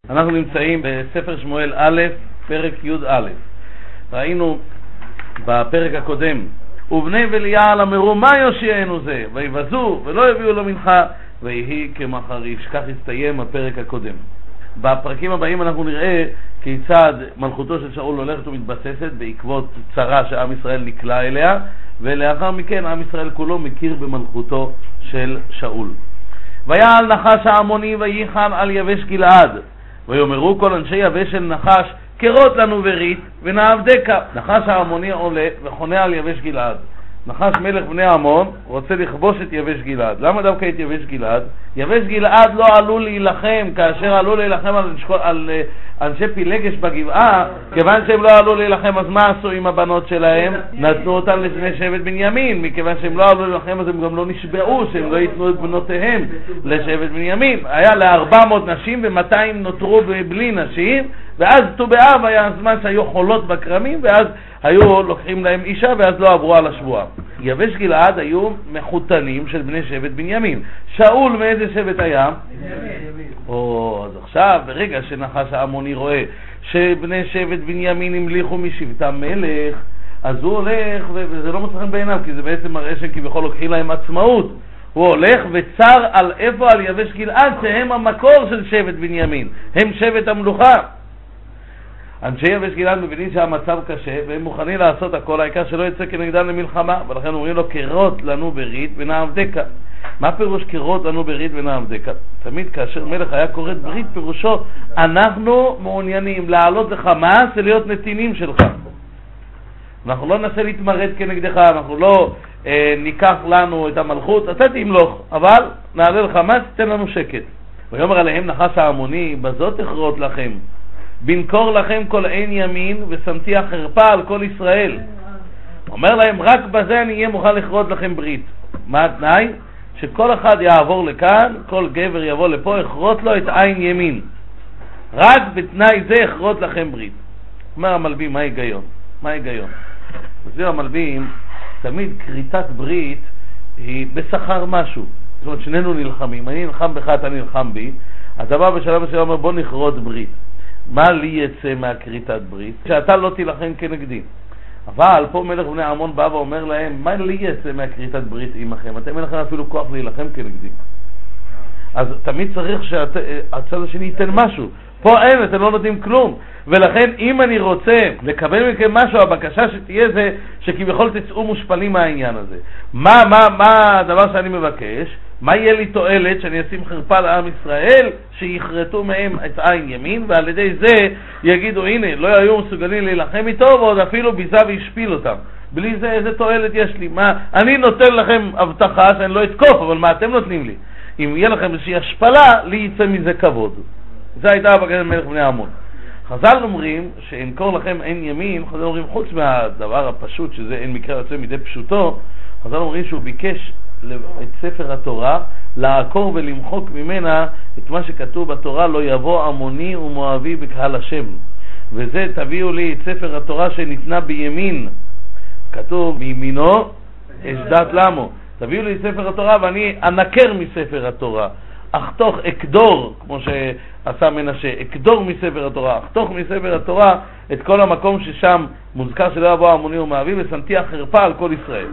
אנחנו נמצאים בספר שמואל א', פרק י' א'. ראינו בפרק הקודם, ובני בליעל אמרו מה יושיענו זה, ויבזו ולא יביאו לו מנחה, ויהי כמחריש. כך הסתיים הפרק הקודם. בפרקים הבאים אנחנו נראה כיצד מלכותו של שאול הולכת ומתבססת בעקבות צרה שעם ישראל נקלע אליה, ולאחר מכן עם ישראל כולו מכיר במלכותו של שאול. ויעל נחש העמוני וייחן על יבש גלעד, ויאמרו כל אנשי יבש של נחש, קרות לנו ורית ונעבדך. נחש העמוני עולה וחונה על יבש גלעד. נחש מלך בני עמון רוצה לכבוש את יבש גלעד. למה דווקא את יבש גלעד? יבש גלעד לא עלו להילחם כאשר עלו להילחם על אנשי פילגש בגבעה. כיוון שהם לא עלו להילחם, אז מה עשו עם הבנות שלהם? נתנו אותן לבני שבט בנימין. מכיוון שהם לא עלו להילחם, אז הם גם לא נשבעו שהם לא ייתנו את בנותיהם לשבט בנימין. היה ל400 נשים ו200 נותרו בלי נשים, ואז ט"ו באב היה הזמן שהיו חולות בקרמים, ואז היו לוקחים להם אישה, ואז לא עברו על השבועה. יבש גלעד היו מחותנים של בני שבט בנימין. שאול מאיזה שבט היה? אז עכשיו, ברגע שנחש העמוני רואה שבני שבט בנימין המליכו משבטם מלך, אז הוא הולך, וזה לא מצליחים בעיניו, כי זה בעצם מראה שכביכול לוקחים להם עצמאות. הוא הולך וצר על איפה? על יבש גלעד, שהם המקור של שבט בנימין, הם שבט המלוכה. אנשי יבש גלעד מבינים שהמצב קשה, והם מוכנים לעשות הכל, העיקר שלא יצא כנגדם למלחמה, ולכן אומרים לו, קרות לנו ברית ונעבדך. מה פירוש קרות לנו ברית ונעבדך? תמיד כאשר מלך היה קוראת ברית, פירושו, אנחנו מעוניינים לעלות לחמאס ולהיות נתינים שלך. אנחנו לא ננסה להתמרד כנגדך, אנחנו לא ניקח לנו את המלכות, אתה תמלוך, אבל נעלה לחמאס, תן לנו שקט. ויאמר עליהם נחש העמוני, בזאת תכרות לכם, בנקור לכם כל עין ימין, ושמתי החרפה על כל ישראל. אומר להם, רק בזה אני אהיה מוכן לכרות לכם ברית. מה התנאי? שכל אחד יעבור לכאן, כל גבר יבוא לפה, יכרות לו את עין ימין. רק בתנאי זה יכרות לכם ברית. אומר המלבים, מה היגיון? מה היגיון? מסביר המלבים, תמיד כריתת ברית היא בשכר משהו. זאת אומרת, שנינו נלחמים. אני נלחם בך, אתה נלחם בי. אתה בא בשלב השני אומר, בוא נכרות ברית. מה לי יצא מהכריתת ברית? שאתה לא תילחם כנגדי. אבל פה מלך בני עמון בא ואומר להם, מה לי יצא מהכריתת ברית עמכם? אתם אין לכם אפילו כוח להילחם כנגדי. אז תמיד צריך שהצד השני ייתן משהו. פה אין, אתם לא נותנים כלום. ולכן אם אני רוצה לקבל מכם משהו, הבקשה שתהיה זה שכביכול תצאו מושפלים מהעניין הזה. מה הדבר שאני מבקש? מה יהיה לי תועלת שאני אשים חרפה לעם ישראל שיחרטו מהם את עין ימין, ועל ידי זה יגידו, הנה, לא היו מסוגלים להילחם איתו, ועוד אפילו ביזה והשפיל אותם. בלי זה איזה תועלת יש לי? אני נותן לכם הבטחה שאני לא אתקוף, אבל מה אתם נותנים לי? אם יהיה לכם איזושהי השפלה, לי יצא מזה כבוד. זה הייתה הבקשה של מלך בני עמון. חז"ל אומרים שאנקור לכם עין ימין, חז"ל אומרים חוץ מהדבר הפשוט שזה אין מקרה יוצא מדי פשוטו, חז"ל אומרים שהוא ביקש את ספר התורה לעקור ולמחוק ממנה את מה שכתוב בתורה, לא יבוא עמוני ומואבי בקהל השם. וזה תביאו לי את ספר התורה שניתנה בימין, כתוב מימינו אשדת למו. תביאו לי את ספר התורה ואני אנקר מספר התורה, אחתוך אקדור, כמו שעשה מנשה, אקדור מספר התורה, אחתוך מספר התורה את כל המקום ששם מוזכר שלא יבוא עמוני ומואבי, ושמתי החרפה על כל ישראל.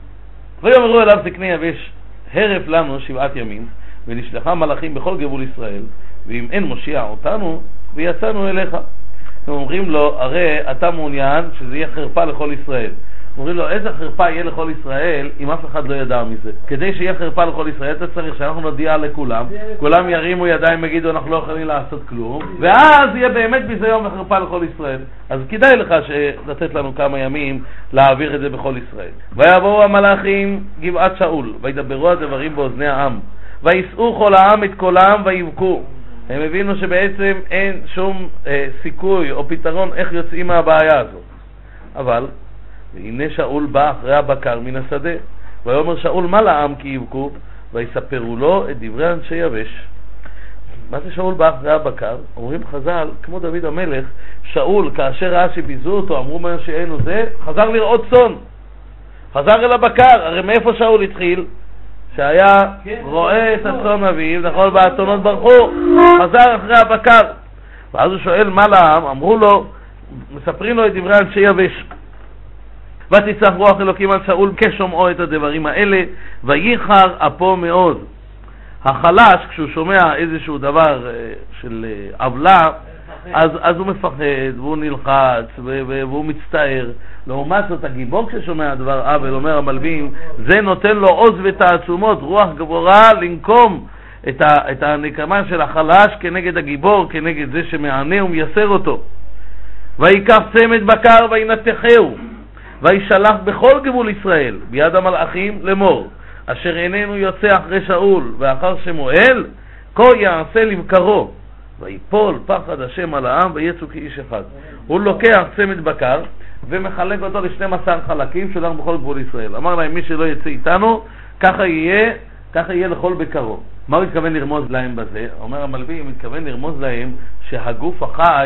ויאמרו אליו זקני יבש, הרף לנו 7 ימים, ונשלחה מלאכים בכל גבול ישראל, ואם אין מושיע אותנו, ויצאנו אליך. הם אומרים לו, הרי אתה מעוניין שזה יהיה חרפה לכל ישראל. אומרים לו, איזה חרפה יהיה לכל ישראל אם אף אחד לא ידע מזה? כדי שיהיה חרפה לכל ישראל, אתה צריך שאנחנו נודיע לכולם, כולם ירימו ידיים, יגידו, אנחנו לא יכולים לעשות כלום, ואז יהיה באמת ביזיון וחרפה לכל ישראל. אז כדאי לך לתת לנו כמה ימים להעביר את זה בכל ישראל. ויבואו המלאכים גבעת שאול, וידברו הדברים באוזני העם, ויסעו כל העם את קולם ויבכו. הם הבינו שבעצם אין שום סיכוי או פתרון איך יוצאים מהבעיה הזאת. אבל והנה שאול בא אחרי הבקר מן השדה, ויאמר שאול מה לעם כי יבכו, ויספרו לו את דברי אנשי יבש. מה זה שאול בא אחרי הבקר? אומרים חז"ל, כמו דוד המלך, שאול כאשר ראה שביזו אותו, אמרו מה שאינו זה, חזר לראות צאן, חזר אל הבקר. הרי מאיפה שאול התחיל? שהיה רואה את הצאן אביו, נכון, והאתונות ברחו, חזר אחרי הבקר. ואז הוא שואל מה לעם, אמרו לו, מספרים לו את דברי אנשי יבש. ותצח רוח אלוקים על שאול כשומעו את הדברים האלה, וייחר אפו מאוד. החלש, כשהוא שומע איזשהו דבר של עוולה, אז הוא מפחד, והוא נלחץ, והוא מצטער. לעומת זאת, הגיבור כששומע דבר עוול, אומר המלבים, זה נותן לו עוז ותעצומות, רוח גבורה לנקום את הנקמה של החלש כנגד הגיבור, כנגד זה שמענה ומייסר אותו. ויקח צמד בקר וינתחהו, וישלח בכל גבול ישראל ביד המלאכים לאמור, אשר איננו יוצא אחרי שאול ואחר שמואל, כה יעשה לבקרו, ויפול פחד השם על העם ויצאו כאיש אחד. הוא לוקח צמד בקר ומחלק אותו ל12 חלקים, שולח בכל גבול ישראל. אמר להם, מי שלא יצא איתנו, ככה יהיה לכל בקרו. מה הוא התכוון לרמוז להם בזה? אומר המלבי, הוא מתכוון לרמוז להם שהגוף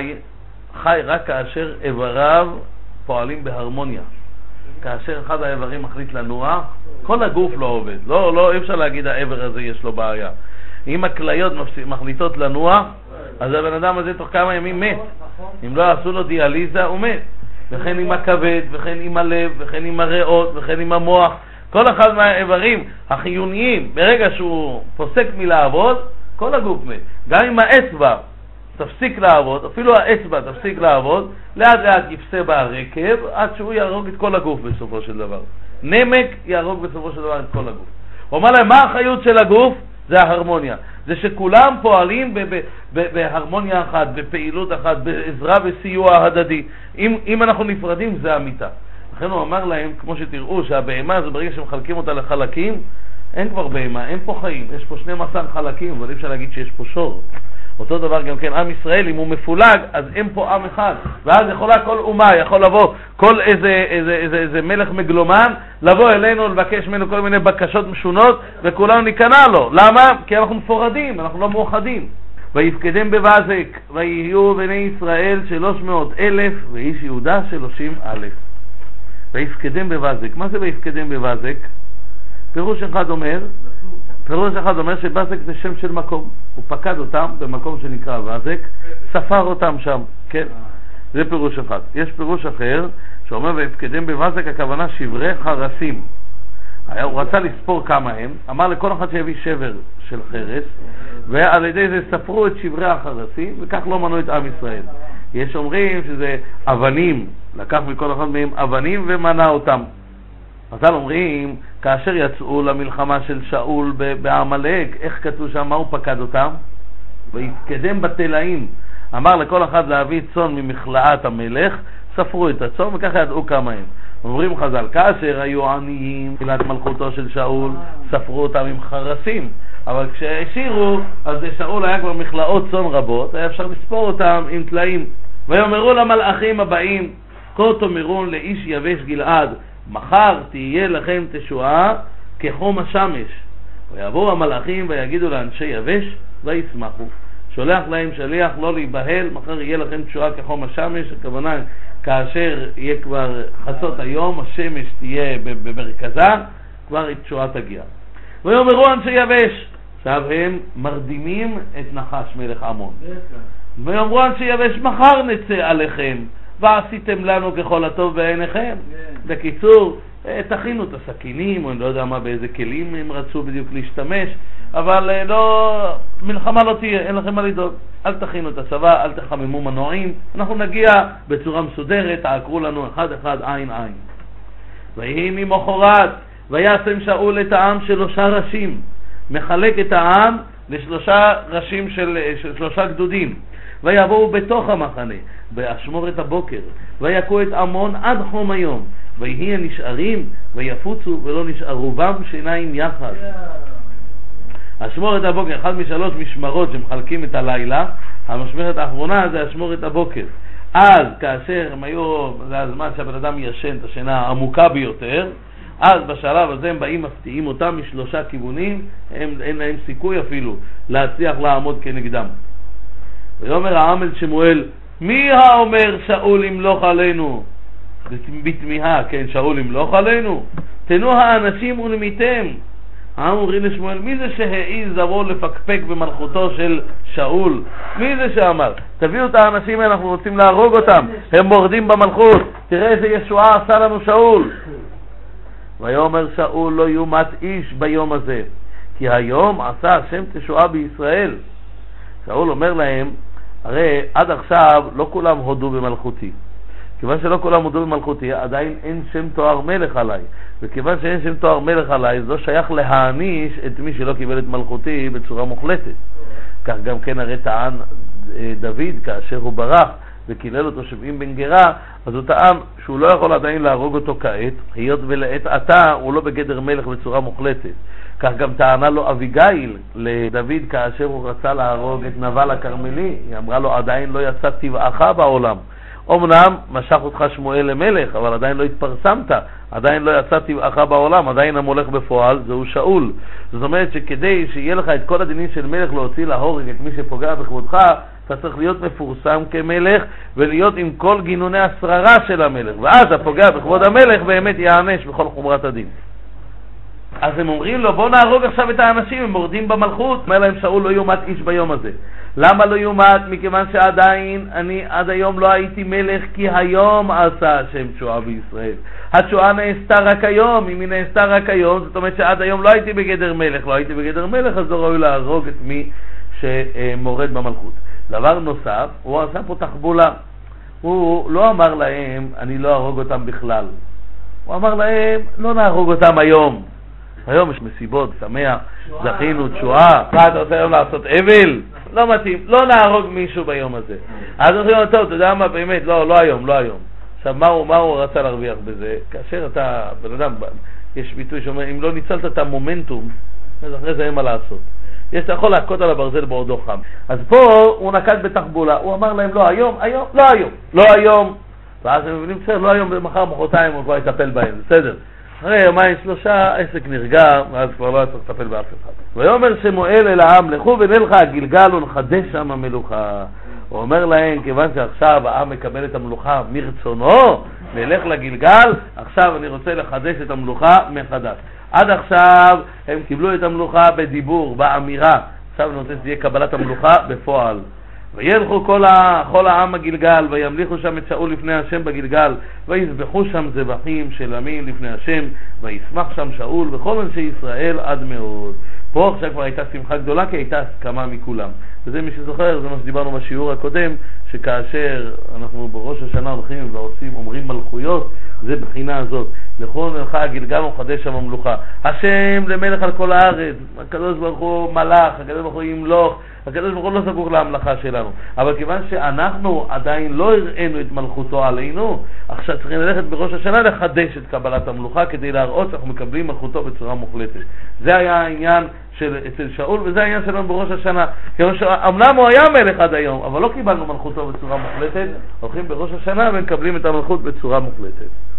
חי רק כאשר איבריו פועלים בהרמוניה. כאשר אחד האיברים מחליט לנוע, כל הגוף לא עובד. לא, אי אפשר להגיד האיבר הזה יש לו בעיה. אם הכליות מחליטות לנוע, אז הבן אדם הזה תוך כמה ימים מת. אם לא עשו לו דיאליזה, הוא מת. וכן עם הכבד, וכן עם הלב, וכן עם הריאות, וכן עם המוח. כל אחד מהאיברים החיוניים, ברגע שהוא פוסק מלעבוד, כל הגוף מת. גם אם האצבע תפסיק לעבוד, אפילו האצבע תפסיק לעבוד, לאט לאט יפסה בה הרקב, עד שהוא יהרוג את כל הגוף בסופו של דבר. נמק יהרוג בסופו של דבר את כל הגוף. הוא אומר להם, מה החיות של הגוף? זה ההרמוניה. זה שכולם פועלים בהרמוניה אחת, בפעילות אחת, בעזרה וסיוע הדדי. אם אנחנו נפרדים, זה אמיתה. לכן הוא אמר להם, כמו שתראו, שהבהמה זה ברגע שמחלקים אותה לחלקים, אין כבר בהמה, אין פה חיים. יש פה 12 חלקים, אבל אי אפשר להגיד שיש פה שור. אותו דבר גם כן, עם ישראל, אם הוא מפולג, אז אין פה עם אחד. ואז יכולה כל אומה, יכול לבוא כל איזה מלך מגלומן, לבוא אלינו, לבקש ממנו כל מיני בקשות משונות, וכולנו ניכנע לו. למה? כי אנחנו מפורדים, אנחנו לא מאוחדים. ויפקדם בבזק, ויהיו בני ישראל 300,000, ואיש יהודה 30,000. ויפקדם בבזק. מה זה ויפקדם בבזק? פירוש אחד אומר שבזק זה שם של מקום. הוא פקד אותם במקום שנקרא בזק, ספר אותם שם, כן? זה פירוש אחד. יש פירוש אחר שאומר ויפקדם בבזק, הכוונה שברי חרסים. הוא רצה לספור כמה הם, אמר לכל אחד שיביא שבר של חרס, ועל ידי זה ספרו את שברי החרסים, וכך לא מנו את עם ישראל. יש אומרים שזה אבנים, לקח מכל אחד מהם אבנים ומנה אותם. אז אומרים, כאשר יצאו למלחמה של שאול בעמלק, איך כתוב שם, מה הוא פקד אותם? ויפקדם בתלאים. אמר לכל אחד להביא צאן ממכלאת המלך, ספרו את הצאן וככה ידעו כמה הם. אומרים חז"ל, כאשר היו עניים, תחילת מלכותו של שאול, ספרו אותם עם חרסים. אבל כשהשאירו, אז שאול היה כבר מכלאות צאן רבות, היה אפשר לספור אותם עם תלאים. ויאמרו למלאכים הבאים, כה תאמרון לאיש יבש גלעד, מחר תהיה לכם תשועה כחום השמש. ויבואו המלאכים ויגידו לאנשי יבש וישמחו. שולח להם שליח לא להיבהל, מחר יהיה לכם תשועה כחום השמש. הכוונה, כאשר יהיה כבר חצות היום, השמש תהיה במרכזה, כבר תשועה תגיע. ויאמרו אנשי יבש, עכשיו הם מרדימים את נחש מלך עמון. ויאמרו אנשי יבש, מחר נצא עליכם ועשיתם לנו ככל הטוב בעיניכם. בקיצור, תכינו את הסכינים, או אני לא יודע מה, באיזה כלים הם רצו בדיוק להשתמש, אבל מלחמה לא תהיה, אין לכם מה לדאוג. אל תכינו את הצבא, אל תחממו מנועים, אנחנו נגיע בצורה מסודרת, תעקרו לנו אחד אחד, עין עין. ויהי ממחרת, וישם שאול את העם 3 ראשים, מחלק את העם ל3 ראשים של 3 גדודים. ויבואו בתוך המחנה, באשמור את הבוקר, ויקו את עמון עד חום היום, ויהי הנשארים, ויפוצו ולא נשארו בם שיניים יחד. אשמור את הבוקר, אחד מ3 משמרות שמחלקים את הלילה, המשמרת האחרונה זה אשמור את הבוקר. אז כאשר הם היו, זה הזמן שהבן אדם ישן את השינה העמוקה ביותר, אז בשלב הזה הם באים מפתיעים אותם מ3 כיוונים, אין להם סיכוי אפילו להצליח לעמוד כנגדם. ויאמר העם אל שמואל, מי האומר שאול ימלוך עלינו? בתמיהה, כן, שאול ימלוך עלינו? תנו האנשים ונמיתם, העם אומרים לשמואל, מי זה שהעיז לבוא לפקפק במלכותו של שאול? מי זה שאמר? תביאו את האנשים האלה, אנחנו רוצים להרוג אותם, הם מורדים במלכות, תראה איזה ישועה עשה לנו שאול. ויאמר שאול, לא יומת איש ביום הזה, כי היום עשה השם תשועה בישראל. שאול אומר להם, הרי עד עכשיו לא כולם הודו במלכותי, כיוון שלא כולם הודו במלכותי, עדיין אין שם תואר מלך עליי, וכיוון שאין שם תואר מלך עליי, זו שייך להעניש את מי שלא קיבל את מלכותי בצורה מוחלטת. כך גם כן הרי טען דוד כאשר הוא ברח וקילל אותו 70 בן גרה, אז הוא טען שהוא לא יכול עדיין להרוג אותו כעת, היות ולעת עתה הוא לא בגדר מלך בצורה מוחלטת. כך גם טענה לו אביגיל לדוד כאשר הוא רצה להרוג את נבל הכרמלי, היא אמרה לו, עדיין לא יצא טבעך בעולם. אמנם משך אותך שמואל למלך, אבל עדיין לא התפרסמת, עדיין לא יצא טבעך בעולם, עדיין המולך בפועל זהו שאול. זאת אומרת שכדי שיהיה לך את כל הדינים של מלך להוציא להורג את מי שפוגע בכבודך, אתה צריך להיות מפורסם כמלך ולהיות עם כל גינוני השררה של המלך, ואז הפוגע בכבוד המלך באמת יענש בכל חומרת הדין. אז הם אומרים לו, בוא נהרוג עכשיו את האנשים, הם מורדים במלכות. אומר להם שאול, לא יומת איש ביום הזה. למה לא יומת? מכיוון שעדיין אני עד היום לא הייתי מלך, כי היום עשה השם תשועה בישראל. התשועה נעשתה רק היום. אם היא נעשתה רק היום, זאת אומרת שעד היום לא הייתי בגדר מלך. לא הייתי בגדר מלך, אז לא ראוי להרוג את מי שמורד במלכות. דבר נוסף, הוא עשה פה תחבולה. הוא לא אמר להם, אני לא ארוג אותם בכלל. הוא אמר להם, לא נהרוג אותם היום. היום יש מסיבות, שמח, זכינו, תשועה. מה אתה רוצה היום לעשות? אבל? לא מתאים, לא נהרוג מישהו ביום הזה. אז אומרים לו, טוב, אתה יודע מה, באמת, לא היום. עכשיו, מה הוא רצה להרוויח בזה? כאשר אתה, בן אדם, יש ביטוי שאומר, אם לא ניצלת את המומנטום, אז אחרי זה אין מה לעשות. אתה יכול להכות על הברזל בעודו חם. אז פה הוא נקט בתחבולה, הוא אמר להם, לא היום. ואז הם מבינים, בסדר, לא היום, ומחר, מחרתיים, הוא כבר יטפל בהם, בסדר. אחרי יומיים שלושה, עסק נרגע, ואז כבר לא צריך לטפל באף אחד. ויאמר שמואל אל העם, לכו ונלכה הגלגל ונחדש שם המלוכה. הוא אומר להם, כיוון שעכשיו העם מקבל את המלוכה מרצונו, נלך לגלגל, עכשיו אני רוצה לחדש את המלוכה מחדש. עד עכשיו הם קיבלו את המלוכה בדיבור, באמירה. עכשיו אני רוצה שתהיה קבלת המלוכה בפועל. וילכו כל העם הגלגל, וימליכו שם את שאול לפני השם בגלגל, ויזבחו שם זבחים של עמים לפני השם, וישמח שם שאול וכל אנשי ישראל עד מאוד. פה עכשיו כבר הייתה שמחה גדולה, כי הייתה הסכמה מכולם. וזה מי שזוכר, זה מה שדיברנו בשיעור הקודם, שכאשר אנחנו בראש השנה הולכים אומרים מלכויות, זה בחינה הזאת. לכו נלכה הגלגל ומחדש שם המלוכה. השם למלך על כל הארץ, הקדוש ברוך הוא מלך, הקדוש ברוך הוא ימלוך, הקדוש ברוך הוא לא זקוק להמלכה שלנו. אבל כיוון שאנחנו עדיין לא הראינו את מלכותו עלינו, עכשיו צריכים ללכת בראש השנה לחדש את קבלת המלוכה, כדי להראות שאנחנו מקבלים מלכותו בצורה מוחלטת. זה היה העניין אצל שאול, וזה העניין שלנו בראש השנה. אמנם הוא היה מלך עד היום, אבל לא קיבלנו מלכותו בצורה מוחלטת, הולכים בראש השנה ומקבלים את המלכות בצורה מוחלטת.